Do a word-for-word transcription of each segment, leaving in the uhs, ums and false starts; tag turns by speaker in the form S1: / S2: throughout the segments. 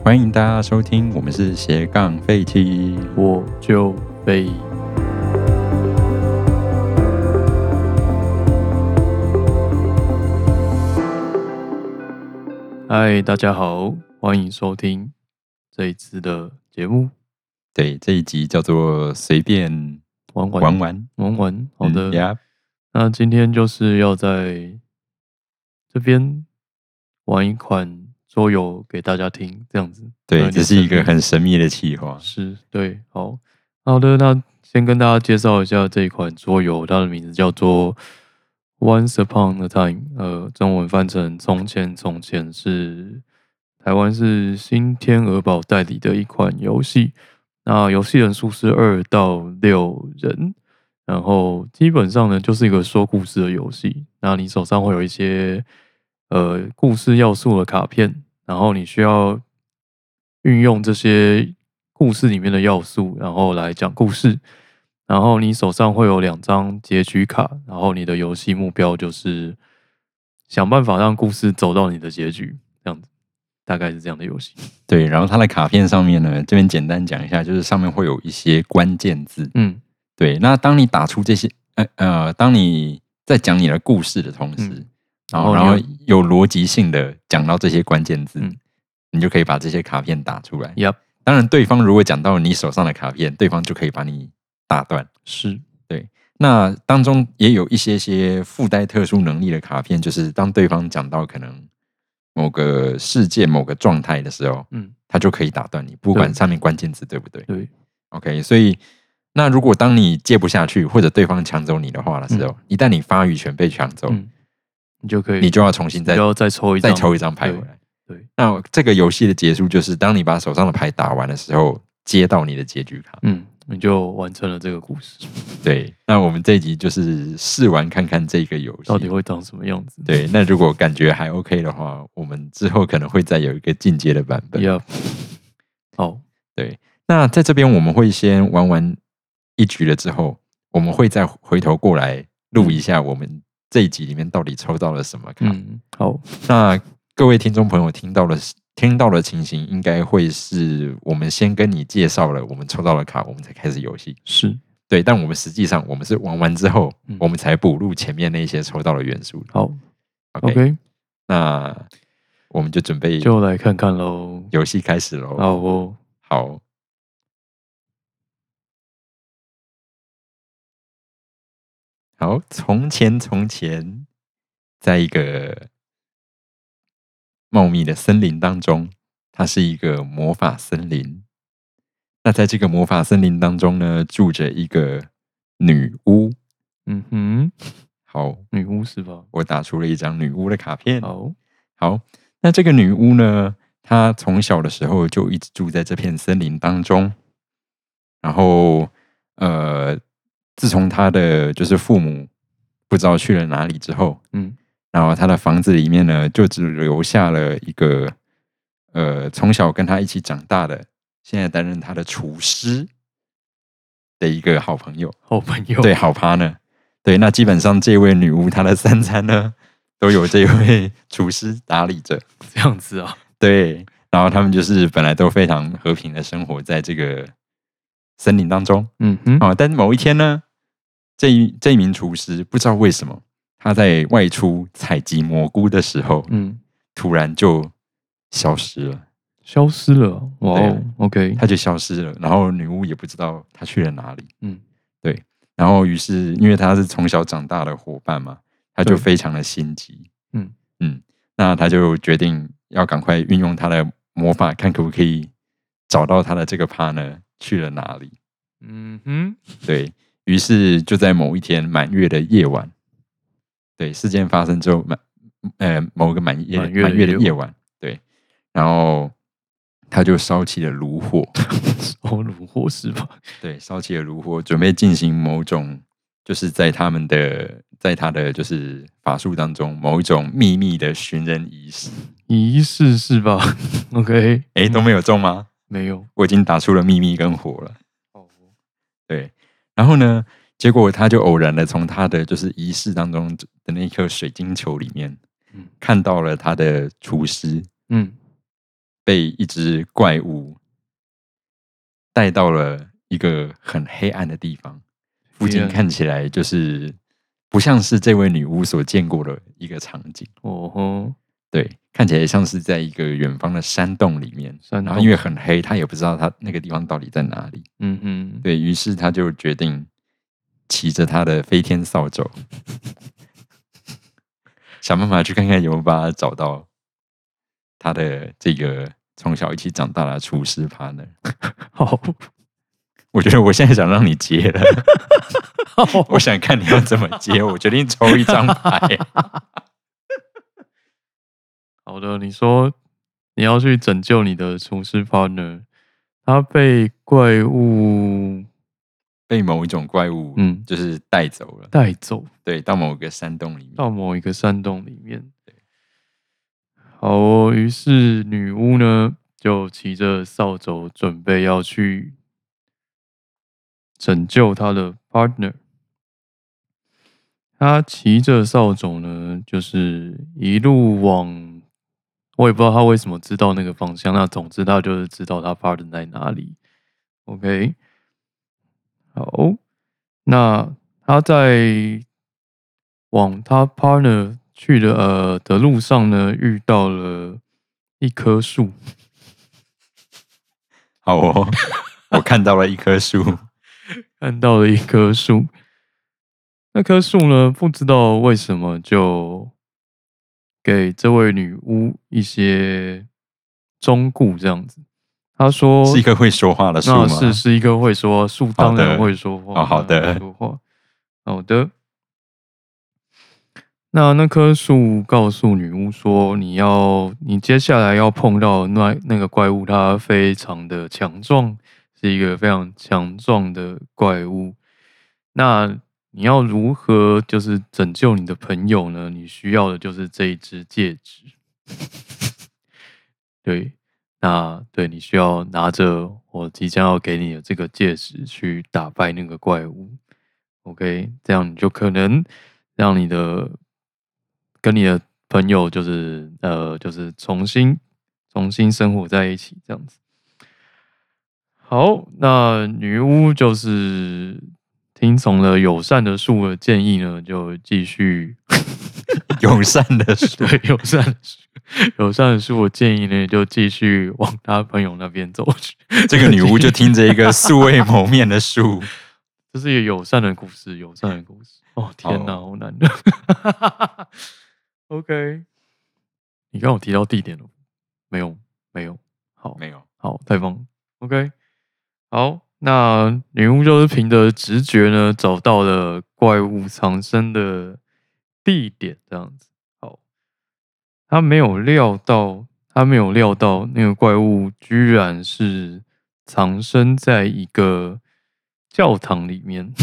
S1: 欢迎大家收听，我们是斜杠废七，
S2: 我就废。嗨，大家好，欢迎收听这一次的节目。
S1: 对，这一集叫做随便
S2: 玩玩
S1: 玩玩
S2: 玩玩，好的。
S1: 嗯、yeah.
S2: 那今天就是要在这边玩一款桌游给大家听，这样子。
S1: 对，这是一个很神秘的企划。
S2: 是，对，好好的。那先跟大家介绍一下这一款桌游，它的名字叫做 Once Upon a Time，呃，中文翻成从前从前，是台湾是新天鹅堡代理的一款游戏。那游戏人数是二到六人，然后基本上呢就是一个说故事的游戏。那你手上会有一些呃故事要素的卡片，然后你需要运用这些故事里面的要素，然后来讲故事。然后你手上会有两张结局卡，然后你的游戏目标就是想办法让故事走到你的结局，这样子。大概是这样的游戏。
S1: 对，然后它的卡片上面呢，这边简单讲一下，就是上面会有一些关键字。嗯，对。那当你打出这些，呃呃，当你在讲你的故事的同时，嗯、然后然后有逻辑性的讲到这些关键字，嗯、你就可以把这些卡片打出来。
S2: Yep.
S1: 当然，对方如果讲到你手上的卡片，对方就可以把你打断。
S2: 是，
S1: 对。那当中也有一些些附带特殊能力的卡片，就是当对方讲到可能某个事件、某个状态的时候，嗯，他就可以打断你，不管上面关键字对不对？
S2: 对
S1: ，OK。所以，那如果当你接不下去，或者对方抢走你的话的时候，嗯、一旦你发语权被抢走，嗯、
S2: 你就可以，
S1: 你就要重新再
S2: 就要再抽一张，
S1: 再抽一张牌回来。
S2: 对，对
S1: 那这个游戏的结束就是当你把手上的牌打完的时候，接到你的结局卡，
S2: 嗯，你就完成了这个故事。
S1: 对，那我们这一集就是试玩看看这个游戏
S2: 到底会长什么样子。
S1: 对，那如果感觉还 OK 的话，我们之后可能会再有一个进阶的版本。
S2: Yep. 好，
S1: 对，那在这边我们会先玩完一局了之后，我们会再回头过来录一下我们这一集里面到底抽到了什么卡。
S2: 嗯，好，
S1: 那各位听众朋友听到了听到的情形，应该会是我们先跟你介绍了我们抽到的卡，我们才开始游戏。
S2: 是。
S1: 对，但我们实际上我们是玩完之后，嗯、我们才补入前面那些抽到的元素。
S2: 好
S1: ，OK，, okay. 那我们就准备
S2: 就来看看喽，
S1: 游戏开始喽。
S2: 好哦，
S1: 好。好，从前从前，在一个茂密的森林当中，它是一个魔法森林。那在这个魔法森林当中呢，住着一个女巫。
S2: 嗯哼，
S1: 好，
S2: 女巫是吧？
S1: 我打出了一张女巫的卡片。
S2: 好，
S1: 好，那这个女巫呢，她从小的时候就一直住在这片森林当中。然后，呃，自从她的就是父母不知道去了哪里之后，嗯，然后她的房子里面呢，就只留下了一个，呃，从小跟她一起长大的。现在担任他的厨师的一个好朋友，
S2: 好朋友，
S1: 对，好partner。对，那基本上这位女巫她的三餐呢，都有这位厨师打理着，
S2: 这样子啊。
S1: 对，然后他们就是本来都非常和平的生活在这个森林当中，嗯哼，啊，但某一天呢，这一这一名厨师不知道为什么，他在外出采集蘑菇的时候，嗯，突然就消失了。
S2: 消失了，哇、哦 ，OK，
S1: 他就消失了，然后女巫也不知道他去了哪里，嗯，对，然后于是因为他是从小长大的伙伴嘛，他就非常的心急，嗯嗯，那他就决定要赶快运用他的魔法，看可不可以找到他的这个 partner 去了哪里，嗯哼，对，于是就在某一天满月的夜晚，对，事件发生之后满呃某个满月满月, 月的夜晚，对，然后他就烧起了炉火，
S2: 烧炉火是吧？
S1: 对，烧起了炉火，准备进行某种，就是在他们的，在他的就是法术当中某一种秘密的寻人仪式。
S2: 仪式是吧 ？OK，
S1: 哎，都没有中吗？
S2: 没有，
S1: 我已经打出了秘密跟火了。哦，对，然后呢，结果他就偶然的从他的就是仪式当中的那颗水晶球里面，嗯，看到了他的厨师，嗯。 被一只怪物带到了一个很黑暗的地方，附近看起来就是不像是这位女巫所见过的一个场景。哦吼，对，看起来像是在一个远方的山洞里面，然后因为很黑，他也不知道他那个地方到底在哪里。嗯哼，对，于是他就决定骑着他的飞天扫帚，想办法去看看有没有办法找到他的这个从小一起长大的厨师 partner。好，我觉得我现在想让你接了，我想看你要怎么接，我决定抽一张牌。
S2: 好的，你说你要去拯救你的厨师 partner， 他被怪物，
S1: 被某一种怪物，嗯，就是带走了，
S2: 带走，
S1: 对，到某个山洞里面，
S2: 到某一个山洞里面。对，好哦，于是女巫呢就骑着扫帚，准备要去拯救她的 partner。她骑着扫帚呢，就是一路往。我也不知道他为什么知道那个方向，那总之他就是知道他 partner 在哪里。OK， 好，那他在往他 partner 去的呃的路上呢，遇到了一棵树。
S1: 好哦，我看到了一棵树，
S2: 看到了一棵树。那棵树呢，不知道为什么就给这位女巫一些忠告，这样子。他说：“
S1: 是一棵会说话的树吗？”
S2: 是是一棵会说树，当然会说话。
S1: 哦，好的，
S2: 说话，好的。那那棵树告诉女巫说：“你要，你接下来要碰到那那个怪物，它非常的强壮，是一个非常强壮的怪物。那你要如何就是拯救你的朋友呢？你需要的就是这一只戒指。对，那对你需要拿着我即将要给你的这个戒指去打败那个怪物。OK， 这样你就可能让你的跟你的朋友就是呃就是重新重新生活在一起这样子。好，那女巫就是听从了友善的树的建议呢，就继续
S1: 友善的树，
S2: 对，友善的树，友善的树的建议呢，就继续往他朋友那边走去。
S1: 这个女巫就听着一个素未谋面的树，
S2: 这是一个友善的故事，友善的故事。哦天哪，好难的。OK， 你刚有提到地点了？没有，没有。好，
S1: 没有。
S2: 好，太棒了。OK。好，那女巫就是凭着直觉呢，找到了怪物藏身的地点，这样子。好，她没有料到，她没有料到那个怪物居然是藏身在一个教堂里面。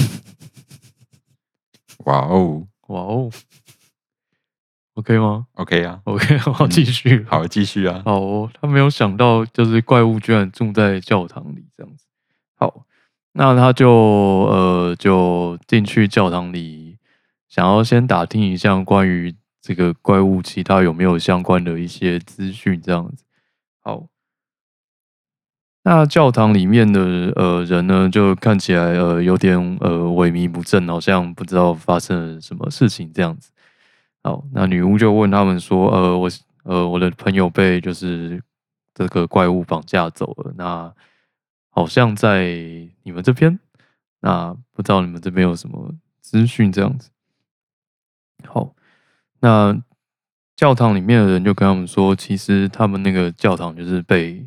S1: 哇哦，
S2: 哇哦 ，OK 吗
S1: ？OK 啊
S2: ，OK， 好，继续、
S1: 嗯，好，继续啊。
S2: 好哦，他没有想到，就是怪物居然住在教堂里，这样子。好。那他就呃就进去教堂里，想要先打听一下关于这个怪物其他有没有相关的一些资讯，这样子。好，那教堂里面的呃人呢，就看起来呃有点呃萎靡不振，好像不知道发生了什么事情这样子。好，那女巫就问他们说：“呃，我呃我的朋友被就是这个怪物绑架走了，那。”好像在你们这边，那不知道你们这边有什么资讯这样子。好，那教堂里面的人就跟他们说，其实他们那个教堂就是被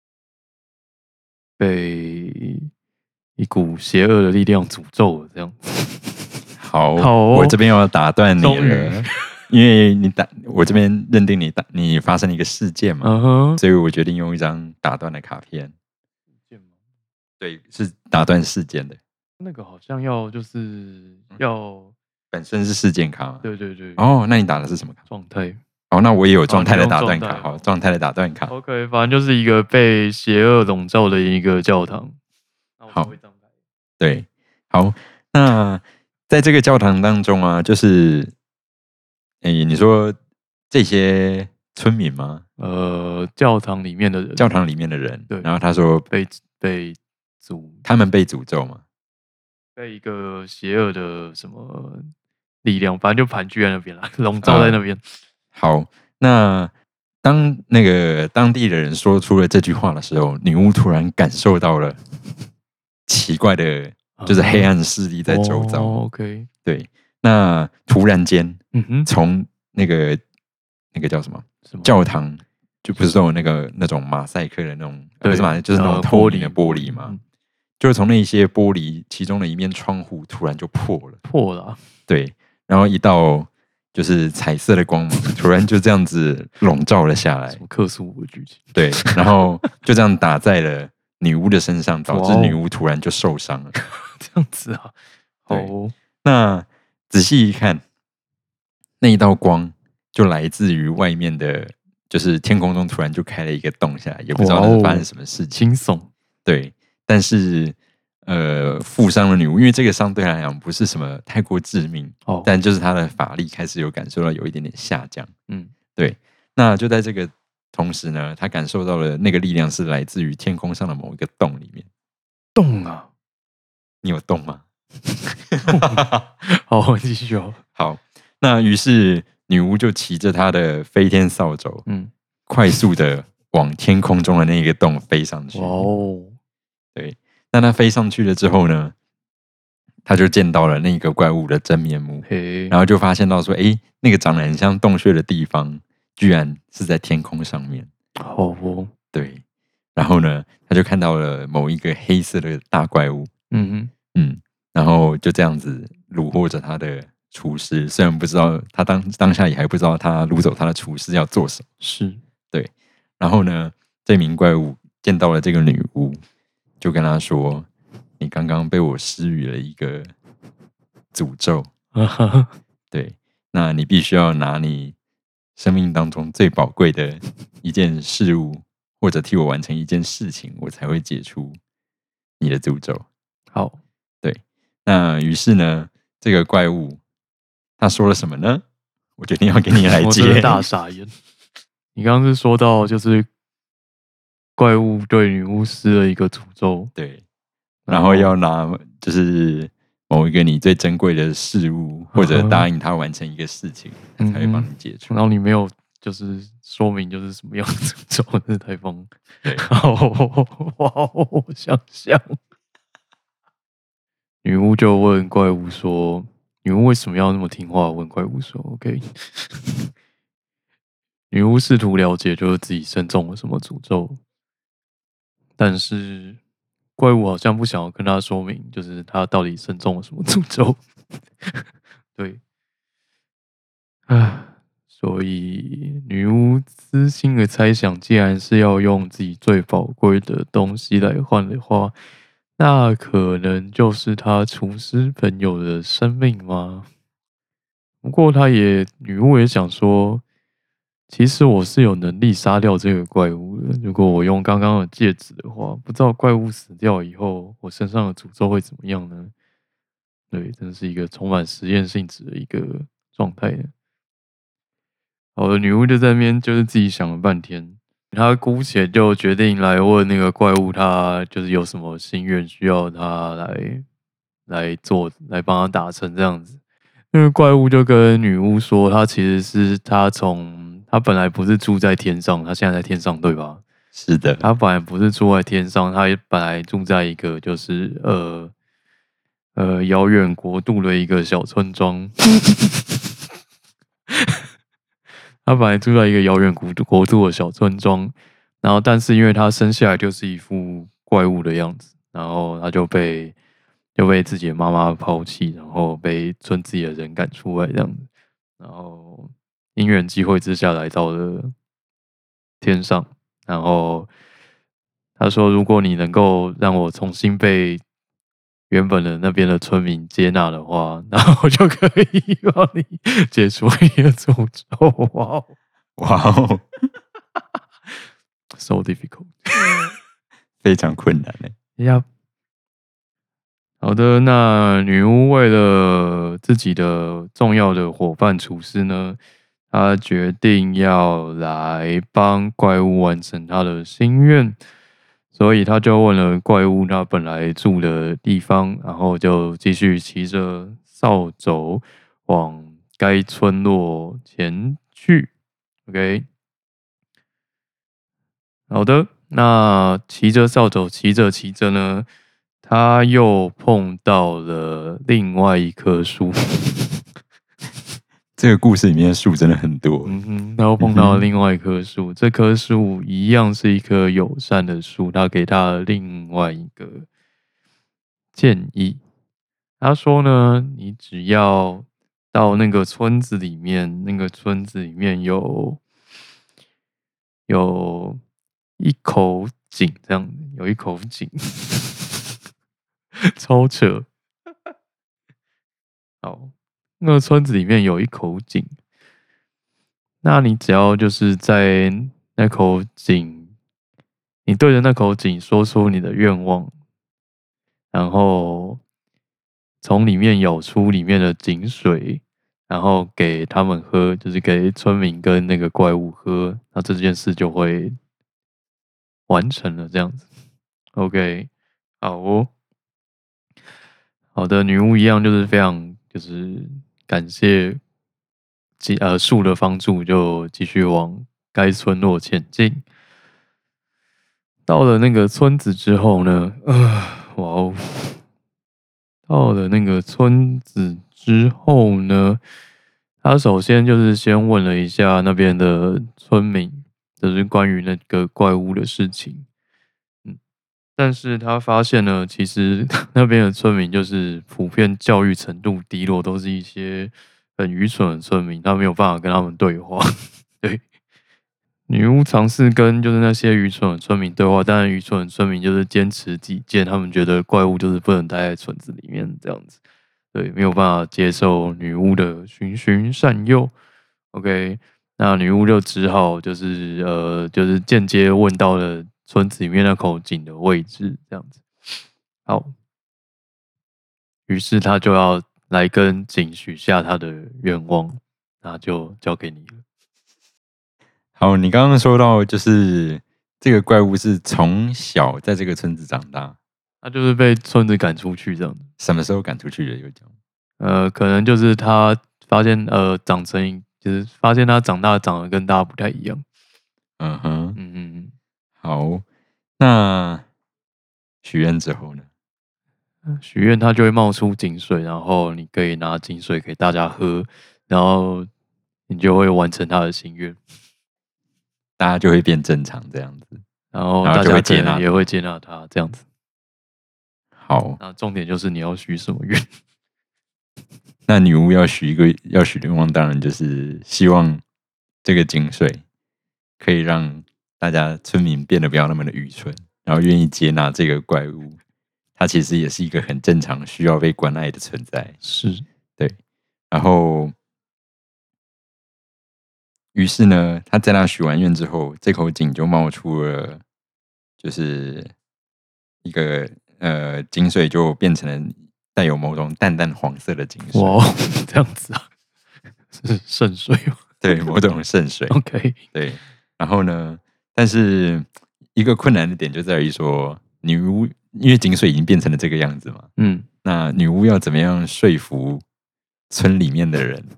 S2: 被一股邪恶的力量诅咒了这样子。
S1: 好，好哦、我这边要打断你了，因为你打我这边认定你打你发生了一个事件嘛， uh-huh. 所以我决定用一张打断的卡片。对，是打断事件的。
S2: 那个好像要就是要
S1: 本身是事件卡嘛？
S2: 对对对。
S1: 哦，那你打的是什么卡？
S2: 状态。
S1: 哦，那我也有状态的打断卡。好，状态的打断卡。
S2: OK， 反正就是一个被邪恶笼罩的一个教堂。
S1: 好，对，好。那在这个教堂当中啊，就是，哎，你说这些村民吗？
S2: 呃教堂里面的人，
S1: 教堂里面的人，
S2: 对，
S1: 然后他说
S2: 被被诅，
S1: 他们被诅咒嘛，
S2: 被一个邪恶的什么力量，反正就盘踞在那边了，笼罩在那边。呃、
S1: 好，那当那个当地的人说出了这句话的时候，女巫突然感受到了奇怪的，就是黑暗势力在周遭。
S2: 哦、OK，
S1: 对，那突然间，
S2: 嗯哼，
S1: 从那个那个叫什么？
S2: 什么
S1: 教堂，就不是说有那个那种马赛克的那种，不是马赛克，就是那种透明的玻璃嘛。
S2: 呃、
S1: 就是从那一些玻璃，其中的一面窗户突然就破了，
S2: 破了、啊。
S1: 对，然后一道就是彩色的光芒，突然就这样子笼罩了下来。
S2: 什么克苏鲁的剧情？
S1: 对，然后就这样打在了女巫的身上，导致女巫突然就受伤了。
S2: 这样子啊？
S1: 对，那仔细一看，那一道光就来自于外面的，就是天空中突然就开了一个洞下来，也不知道那是发生什么事情。
S2: 惊悚。
S1: 对，但是呃，负伤了女巫，因为这个伤对她来讲不是什么太过致命，哦，但就是她的法力开始有感受到有一点点下降。嗯，对。那就在这个同时呢，她感受到了那个力量是来自于天空上的某一个洞里面。
S2: 洞啊？
S1: 你有洞吗？
S2: 好，继续哦。
S1: 好，那于是女巫就骑着她的飞天扫帚，嗯，快速的往天空中的那个洞飞上去。哦，对。那她飞上去了之后呢，她就见到了那个怪物的真面目，然后就发现到说，哎，那个长得很像洞穴的地方，居然是在天空上面。
S2: 好哦，
S1: 对。然后呢，她就看到了某一个黑色的大怪物。嗯哼，嗯。然后就这样子虏获着他的厨师，虽然不知道他当当下也还不知道他掳走他的厨师要做什么。
S2: 是，
S1: 对。然后呢，这名怪物见到了这个女巫，就跟他说：“你刚刚被我施予了一个诅咒，对，那你必须要拿你生命当中最宝贵的一件事物，或者替我完成一件事情，我才会解除你的诅咒。”
S2: 好。
S1: 那于是呢，这个怪物他说了什么呢？我决定要给你来接。
S2: 我真的大傻眼。你刚刚是说到，就是怪物对女巫施了一个诅咒，
S1: 对，然后要拿就是某一个你最珍贵的事物，或者答应他完成一个事情，他才会帮你解除。
S2: 然后你没有就是说明就是什么样的诅咒，真是太疯。
S1: 对，
S2: 哇，我想象。女巫就问怪物说：“女巫为什么要那么听话？”问怪物说 ：“OK。”女巫试图了解，就是自己身中了什么诅咒，但是怪物好像不想要跟他说明，就是他到底身中了什么诅咒。对，啊，所以女巫私心的猜想，既然是要用自己最宝贵的东西来换的话，那可能就是他厨师朋友的生命吗？不过他也，女巫也想说，其实我是有能力杀掉这个怪物的。如果我用刚刚的戒指的话，不知道怪物死掉以后，我身上的诅咒会怎么样呢？对，真是一个充满实验性质的一个状态。好的，女巫就在那边就是自己想了半天。他姑且就决定来问那个怪物，他就是有什么心愿需要他来来做，来帮他达成这样子。那个怪物就跟女巫说，他其实是他从他本来不是住在天上，他现在在天上，对吧？
S1: 是的，
S2: 他本来不是住在天上，他本来住在一个就是呃呃遥远国度的一个小村庄。他本来住在一个遥远国度国度的小村庄，然后但是因为他生下来就是一副怪物的样子，然后他就被就被自己的妈妈抛弃，然后被村自己的人赶出来这样子，然后因缘际会之下来到了天上，然后他说：“如果你能够让我重新被原本的那边的村民接纳的话，然后我就可以帮你解除你的诅咒。”哇哦，
S1: 哇哦
S2: ，so difficult，
S1: 非常困难呢。
S2: 呀，好的，那女巫为了自己的重要的伙伴厨师呢， 他决定要来帮怪物完成他的心愿，所以他就问了怪物他本来住的地方，然后就继续骑着扫帚往该村落前去。OK， 好的，那骑着扫帚骑着骑着呢，他又碰到了另外一棵树。
S1: 这个故事里面的树真的很多。
S2: 嗯哼，然后碰到了另外一棵树，嗯、这棵树一样是一棵友善的树，他给他另外一个建议。他说呢，你只要到那个村子里面，那个村子里面有有一口井，这样有一口井，超扯。好，那个村子里面有一口井。那你只要就是在那口井，你对着那口井说出你的愿望，然后从里面舀出里面的井水，然后给他们喝，就是给村民跟那个怪物喝，那这件事就会完成了。这样子 ，OK， 好哦，好的，女巫一样就是非常就是感谢。呃，树的帮助，就继续往该村落前进。到了那个村子之后呢，呃，哇哦！到了那个村子之后呢，他首先就是先问了一下那边的村民，就是关于那个怪物的事情。嗯，但是他发现呢，其实那边的村民就是普遍教育程度低落，都是一些很愚蠢的村民，他没有办法跟他们对话。对，女巫尝试跟就是那些愚蠢的村民对话，但愚蠢的村民就是坚持己见，他们觉得怪物就是不能待在村子里面这样子，对，没有办法接受女巫的循循善诱。OK， 那女巫就只好就是呃，就是间接问到了村子里面那口井的位置，这样子。好，于是他就要来跟井许下他的愿望，那就交给你了。
S1: 好，你刚刚说到就是这个怪物是从小在这个村子长大，
S2: 他就是被村子赶出去这样子。
S1: 什么时候赶出去的？有讲？
S2: 呃，可能就是他发现呃长成，就是发现他长大长得跟大家不太一样。
S1: 嗯哼，
S2: 嗯嗯嗯。
S1: 好，那许愿之后呢？
S2: 许愿它就会冒出井水，然后你可以拿井水给大家喝，然后你就会完成他的心愿，
S1: 大家就会变正常这样子，
S2: 然后
S1: 然后
S2: 大家
S1: 就会接纳
S2: 可能也会接纳他这样子。
S1: 好，
S2: 那重点就是你要许什么愿。
S1: 那女巫要许一个要许的愿望，当然就是希望这个井水可以让大家村民变得不要那么的愚蠢，然后愿意接纳这个怪物。它其实也是一个很正常、需要被关爱的存在。
S2: 是，
S1: 对。然后，于是呢，他在那许完愿之后，这口井就冒出了，就是一个呃井水就变成了带有某种淡淡黄色的井水。
S2: 哇，这样子啊，是圣水吗？
S1: 对，某种圣水。
S2: OK，
S1: 对。然后呢，但是一个困难的点就在于说，女巫因为井水已经变成了这个样子嘛，嗯，那女巫要怎么样说服村里面的人，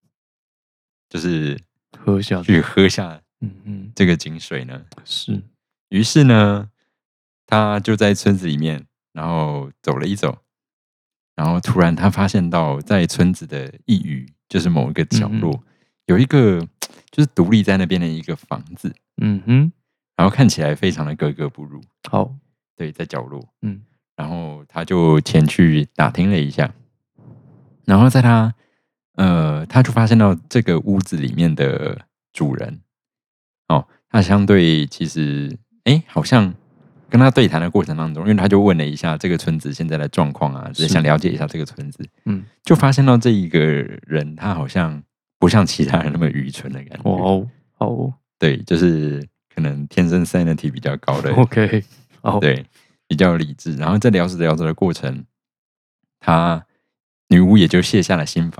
S1: 就是
S2: 喝下
S1: 去喝下
S2: 嗯嗯
S1: 这个井水呢？
S2: 是，
S1: 于是呢，他就在村子里面，然后走了一走，然后突然他发现到在村子的一隅，就是某一个角落，嗯、有一个就是独立在那边的一个房子，嗯哼，然后看起来非常的格格不入。
S2: 好。
S1: 对，在角落，嗯，然后他就前去打听了一下，然后在他，呃，他就发现到这个屋子里面的主人，哦，他相对其实，哎，好像跟他对谈的过程当中，因为他就问了一下这个村子现在的状况啊，就是想了解一下这个村子，嗯，就发现到这一个人，他好像不像其他人那么愚蠢的感觉，
S2: 哦，好哦，
S1: 对，就是可能天生 sanity 比较高的
S2: ，OK。Oh.
S1: 对，比较理智。然后在聊着聊着的过程，他女巫也就卸下了心防，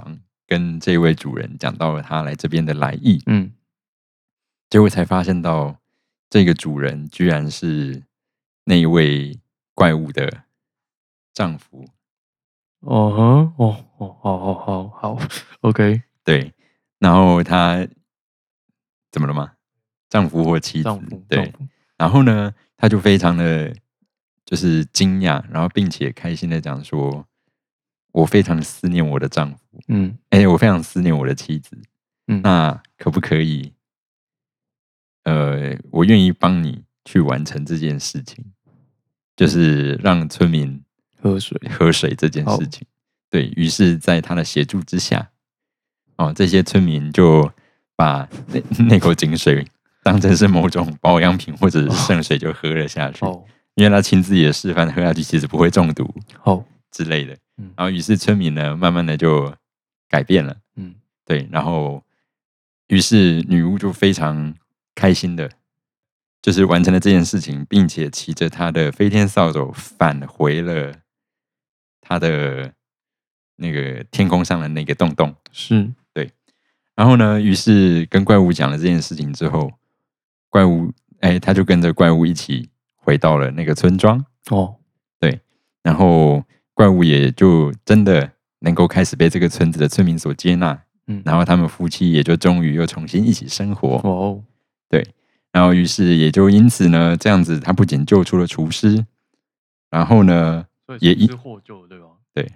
S1: 跟这位主人讲到了他来这边的来意，嗯，结果才发现到这个主人居然是那一位怪物的丈夫。
S2: 哦哼，哦哦，好好好好 ，OK，
S1: 对，然后他怎么了吗？丈夫或妻子，
S2: 丈夫，
S1: 对，然后呢，他就非常的就是惊讶，然后并且开心的讲说，我非常思念我的丈夫，嗯，哎、欸，我非常思念我的妻子，嗯，那可不可以，呃，我愿意帮你去完成这件事情，就是让村民
S2: 喝水
S1: 喝水这件事情。对，于是，在他的协助之下，哦，这些村民就把那那口井水当成是某种保养品或者是圣水就喝了下去。哦，因为他亲自也示范喝下去其实不会中毒，哦之类的。嗯，然后于是村民呢，慢慢的就改变了。嗯，对，然后于是女巫就非常开心的，就是完成了这件事情，并且骑着她的飞天扫帚返回了她的那个天空上的那个洞洞。
S2: 是，
S1: 对。然后呢，于是跟怪物讲了这件事情之后，怪物哎，他就跟着怪物一起回到了那个村庄。哦，对。然后怪物也就真的能够开始被这个村子的村民所接纳。嗯，然后他们夫妻也就终于又重新一起生活。哦，对。然后于是也就因此呢，这样子他不仅救出了厨师，然后呢，
S2: 也一获救，对吧？
S1: 对。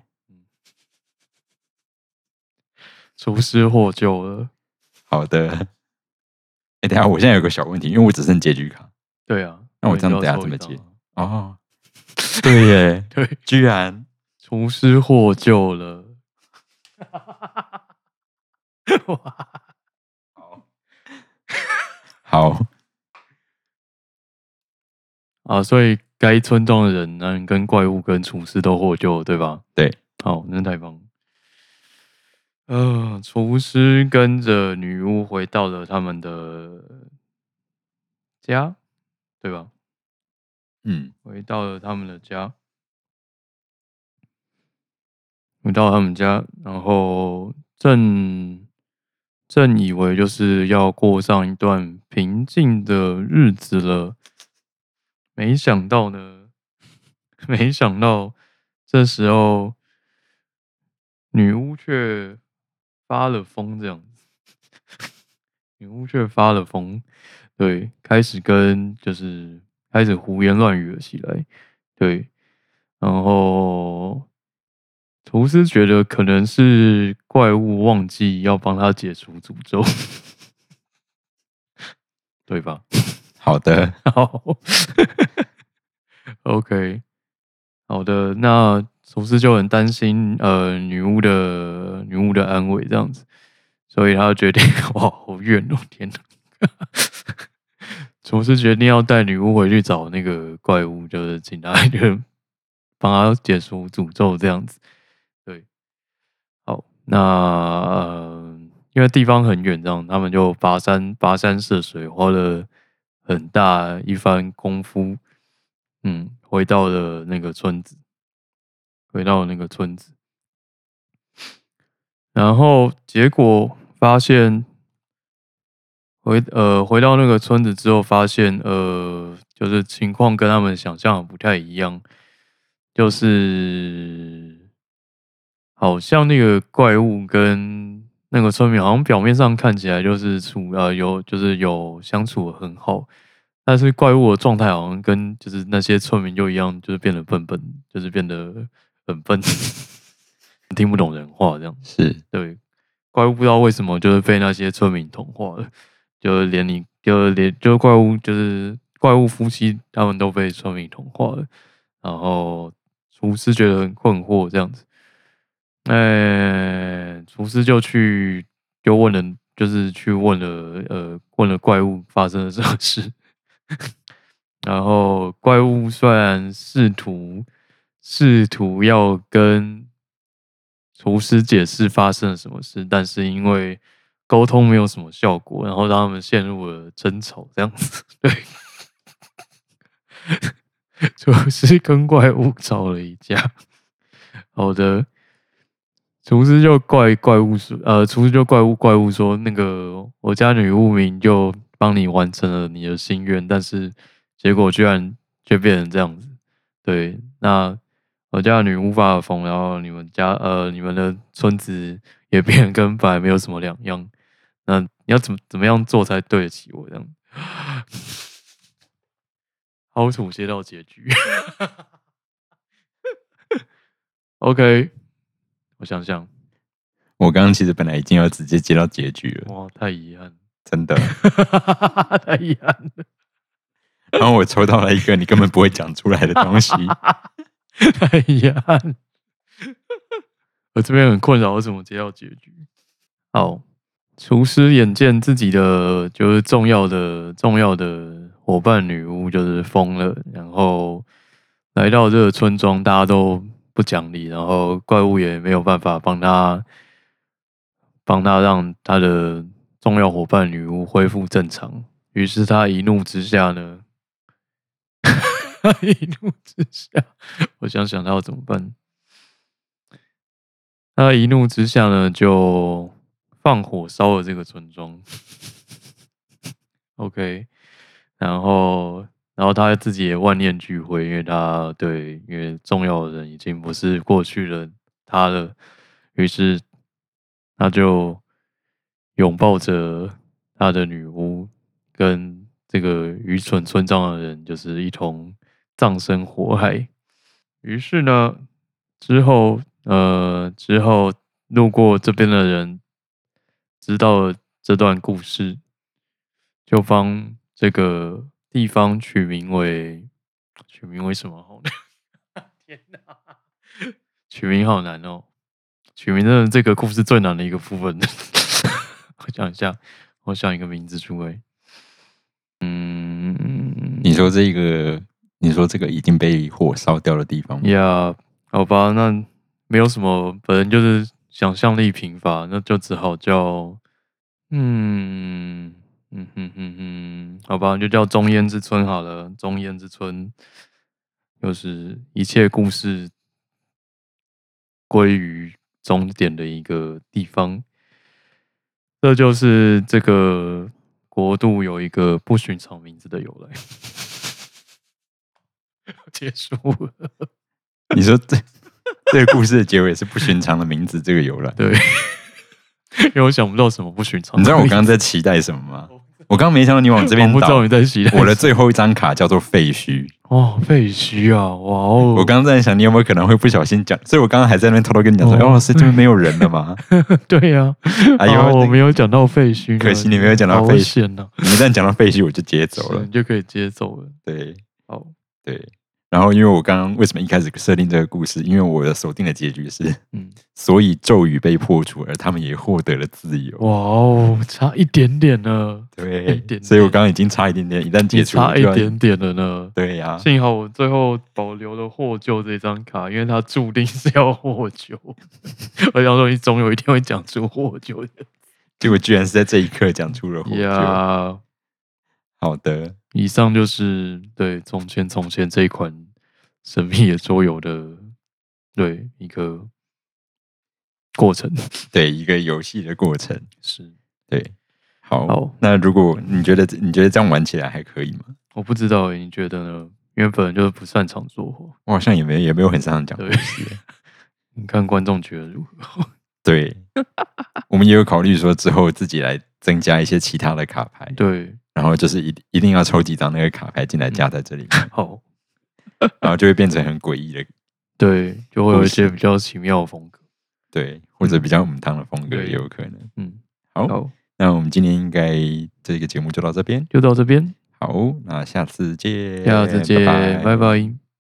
S2: 厨师获救了。
S1: 好的。哎、欸，等一下，我现在有个小问题，因为我只剩结局卡。
S2: 对啊，
S1: 那我这样等一下怎么接？哦，对耶，
S2: 对，
S1: 居然
S2: 厨师获救了。
S1: 哇，好，好，
S2: 啊，所以该村庄的人呢，跟怪物跟厨师都获救，对吧？
S1: 对，
S2: 好，那太棒了。呃，厨师跟着女巫回到了他们的家，对吧？嗯，回到了他们的家，回到他们家，然后正正以为就是要过上一段平静的日子了，没想到呢，没想到这时候女巫却发了疯，这样子，女巫却发了疯，对，开始跟就是开始胡言乱语了起来，对，然后厨师觉得可能是怪物忘记要帮他解除诅咒，对吧？
S1: 好的，
S2: 好，OK， 好的，那厨师就很担心呃女巫的女巫的安危这样子，所以他决定哇好远哦天哪！厨师决定要带女巫回去找那个怪物，就是请他就帮他解除诅咒这样子。对，好，那、呃、因为地方很远，这样他们就跋山跋山涉水，花了很大一番功夫，嗯，回到了那个村子，回到了那个村子，然后结果发现。回呃回到那个村子之后，发现呃就是情况跟他们想象的不太一样，就是好像那个怪物跟那个村民好像表面上看起来就是处呃有就是有相处的很好，但是怪物的状态好像跟就是那些村民就一样，就是变得笨笨，就是变得很笨，听不懂人话这样。
S1: 是
S2: 对，怪物不知道为什么就是被那些村民同化了。就连你，就连就怪物，就是怪物夫妻，他们都被村民同化了。然后厨师觉得很困惑，这样子，哎、欸，厨师就去，就问了，就是去问了，呃，问了怪物发生了什么事。然后怪物虽然试图试图要跟厨师解释发生了什么事，但是因为沟通没有什么效果，然后让他们陷入了争吵，这样子。对，厨师跟怪物吵了一架。好的， 厨师就怪怪物说，呃，厨师就怪物怪物说，那个我家女巫明就帮你完成了你的心愿，但是结果居然却变成这样子。对，那我家的女巫发了疯，然后你们家呃你们的村子也变得跟本来没有什么两样。那你要怎么怎么样做才对得起我这样？好土接到结局。OK， 我想想，
S1: 我刚刚其实本来已经要直接接到结局了。
S2: 哇，太遗憾，
S1: 真的，
S2: 太遗憾了。
S1: 然后我抽到了一个你根本不会讲出来的东西，
S2: 太遗憾。我这边很困扰，为什么接到结局？好，厨师眼见自己的就是重要的重要的伙伴女巫就是疯了，然后来到这个村庄，大家都不讲理，然后怪物也没有办法帮他帮他让他的重要伙伴女巫恢复正常，于是他一怒之下呢，一怒之下，我想想他要怎么办。他一怒之下呢，就放火烧了这个村庄。OK， 然后，然后他自己也万念俱灰，因为他对，因为重要的人已经不是过去的他了，于是他就拥抱着他的女巫，跟这个愚蠢村庄的人，就是一同葬身火海。于是呢，之后。呃，之后路过这边的人知道了这段故事，就帮这个地方取名为取名为什么好呢？天哪，取名好难哦！取名真的这个故事最难的一个部分。我想一下，我想一个名字出来。
S1: 嗯，你说这个，你说这个已经被火烧掉的地方吗？
S2: 呀，好吧，那。没有什么，本人就是想象力贫乏，那就只好叫，嗯嗯哼哼哼，好吧，就叫中烟之村好了。中烟之村，就是一切故事归于终点的一个地方。这就是这个国度有一个不寻常名字的由来。结束了。
S1: 你说这？这个故事的结尾是不寻常的名字，这个由来。
S2: 对，因为我想不到什么不寻常。
S1: 你知道我刚刚在期待什么吗？我刚刚没想到你往这边
S2: 倒，我不知道你在期待。
S1: 我的最后一张卡叫做废墟。
S2: 哦，废墟啊！哇哦！
S1: 我刚刚在想，你有没有可能会不小心讲？所以我刚刚还在那边偷偷跟你讲说，哦，是这边没有人了吗？
S2: 对呀、啊。哎呦，我没有讲到废墟，
S1: 可惜你没有讲到废墟
S2: 呢。
S1: 你一旦讲到废墟，我就接走了，
S2: 你就可以接走了。
S1: 对，
S2: 好，
S1: 对。然后，因为我刚刚为什么一开始设定这个故事？因为我的锁定的结局是，嗯，所以咒语被破除，而他们也获得了自由。
S2: 哇哦，差一点点呢，
S1: 对，
S2: 一点点，
S1: 所以我刚刚已经差一点点，一旦解除，
S2: 差一点点了呢。
S1: 对呀、啊，
S2: 幸好我最后保留了获救这张卡，因为它注定是要获救。我想说，你总有一天会讲出获救的，
S1: 结果居然是在这一刻讲出了获救。
S2: Yeah.
S1: 好的。
S2: 以上就是对从前从前这一款神秘的桌游的对一个过程，
S1: 对一个游戏的过程，
S2: 是
S1: 对。好，
S2: 好，
S1: 那如果你觉得你觉得这样玩起来还可以吗？
S2: 我不知道，你觉得呢？因为本人就是不擅长做活，
S1: 我好像也没也没有很擅长讲故事。
S2: 你看观众觉得如何？
S1: 对，我们也有考虑说之后自己来增加一些其他的卡牌。
S2: 对。
S1: 然后就是一一定要抽几张那个卡牌进来加在这里面，
S2: 嗯、好，
S1: 然后就会变成很诡异的，
S2: 对，就会有一些比较奇妙的风格，
S1: 对，或者比较母汤的风格也有可能。嗯，好，好，那我们今天应该这个节目就到这边，
S2: 就到这边，
S1: 好，那下次见，
S2: 下次见，拜拜。拜拜。